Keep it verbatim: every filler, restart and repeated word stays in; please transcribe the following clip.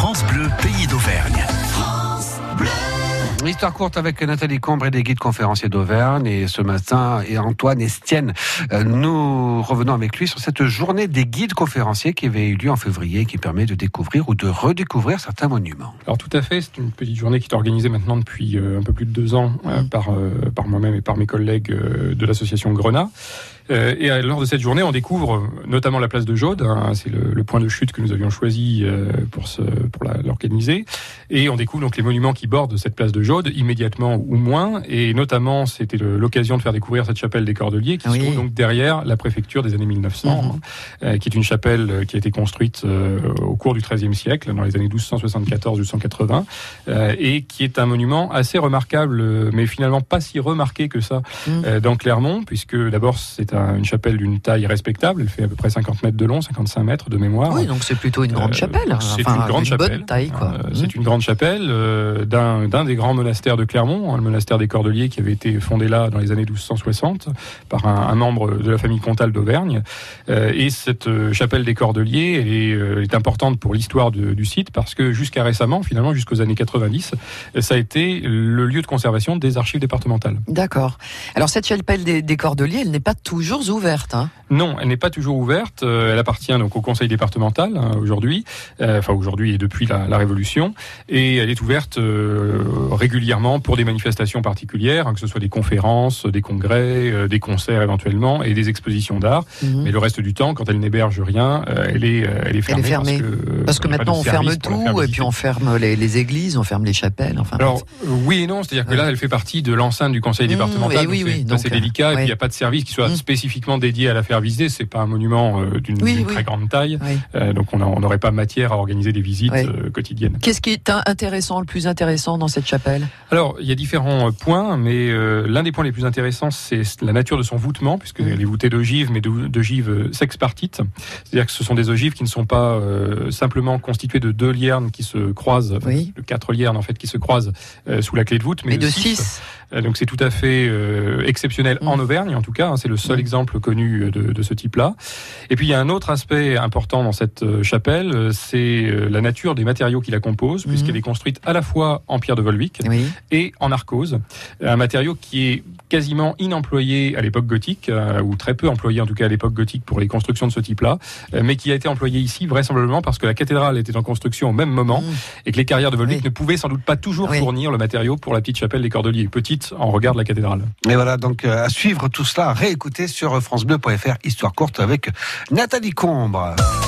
France Bleu, pays d'Auvergne. France Bleu. Histoire courte avec Nathalie Combre et des guides conférenciers d'Auvergne. Et ce matin, et Antoine Estienne, nous revenons avec lui sur cette journée des guides conférenciers qui avait eu lieu en février, qui permet de découvrir ou de redécouvrir certains monuments. Alors tout à fait, c'est une petite journée qui est organisée maintenant depuis euh, un peu plus de deux ans euh, par, euh, par moi-même et par mes collègues euh, de l'association Grenat. Euh, et euh, lors de cette journée, on découvre notamment la place de Jaude, hein, c'est le, le point de chute que nous avions choisi euh, pour, ce, pour la, l'organiser. Et on découvre donc les monuments qui bordent cette place de Jaude, immédiatement ou moins. Et notamment, c'était le, l'occasion de faire découvrir cette chapelle des Cordeliers, qui oui. se trouve donc derrière la préfecture des années mille neuf cents, mmh. euh, qui est une chapelle qui a été construite euh, au cours du treizième siècle, dans les années douze cent soixante-quatorze à douze cent quatre-vingts, euh, et qui est un monument assez remarquable, mais finalement pas si remarqué que ça mmh. euh, dans Clermont, puisque d'abord, c'est un une chapelle d'une taille respectable, elle fait à peu près cinquante mètres de long, cinquante-cinq mètres de mémoire. Oui, donc c'est plutôt une grande chapelle. Euh, c'est enfin, une grande une chapelle. Bonne taille, quoi. Euh, mmh. C'est une grande chapelle euh, d'un, d'un des grands monastères de Clermont, hein, le monastère des Cordeliers, qui avait été fondé là dans les années douze cent soixante par un, un membre de la famille comtale d'Auvergne. Euh, et cette euh, chapelle des Cordeliers, elle est, euh, est importante pour l'histoire de, du site parce que jusqu'à récemment, finalement jusqu'aux années quatre-vingt-dix, ça a été le lieu de conservation des archives départementales. D'accord. Alors cette chapelle des, des Cordeliers, elle n'est pas toujours ouverte, hein ? Non, elle n'est pas toujours ouverte. Euh, elle appartient donc au conseil départemental hein, aujourd'hui, euh, enfin aujourd'hui et depuis la, la Révolution, et elle est ouverte euh, régulièrement pour des manifestations particulières, hein, que ce soit des conférences, des congrès, euh, des concerts éventuellement et des expositions d'art. Mmh. Mais le reste du temps, quand elle n'héberge rien, euh, elle est euh, elle est fermée. Elle est fermée. Parce que, parce que maintenant on ferme tout et puis on ferme les, les églises, on ferme les chapelles. Enfin. Alors euh, oui et non, c'est-à-dire que là, elle fait partie de l'enceinte du conseil mmh, départemental. Oui, oui, c'est assez donc, délicat euh, et puis il oui. n'y a pas de service qui soit mmh. spécifiquement dédié à la faire visiter. C'est pas un monument euh, d'une, oui, d'une oui. très grande taille, oui. euh, donc on n'aurait pas matière à organiser des visites oui. euh, quotidiennes. Qu'est-ce qui est intéressant, le plus intéressant dans cette chapelle ? Alors, il y a différents points, mais euh, l'un des points les plus intéressants, c'est la nature de son voûtement, puisque mmh. elle est voûtée d'ogives, mais d'ogives sexpartites. C'est-à-dire que ce sont des ogives qui ne sont pas euh, simplement constituées de deux liernes qui se croisent, oui. de quatre liernes en fait qui se croisent euh, sous la clé de voûte, mais, mais de, de six. six. Donc c'est tout à fait euh, exceptionnel mmh. en Auvergne, en tout cas. Hein, c'est le seul mmh. exemple connu de, de ce type-là. Et puis il y a un autre aspect important dans cette euh, chapelle, c'est euh, la nature des matériaux qui la composent, mmh. puisqu'elle est construite à la fois en pierre de Volvic oui. et en arkose, un matériau qui est quasiment inemployé à l'époque gothique, euh, ou très peu employé en tout cas à l'époque gothique pour les constructions de ce type-là, euh, mais qui a été employé ici vraisemblablement parce que la cathédrale était en construction au même moment mmh. et que les carrières de Volvic oui. ne pouvaient sans doute pas toujours oui. fournir le matériau pour la petite chapelle des Cordeliers, petite en regard de la cathédrale. Et voilà, donc euh, à suivre tout cela, à réécouter sur francebleu point fr, histoire courte avec Nathalie Combre.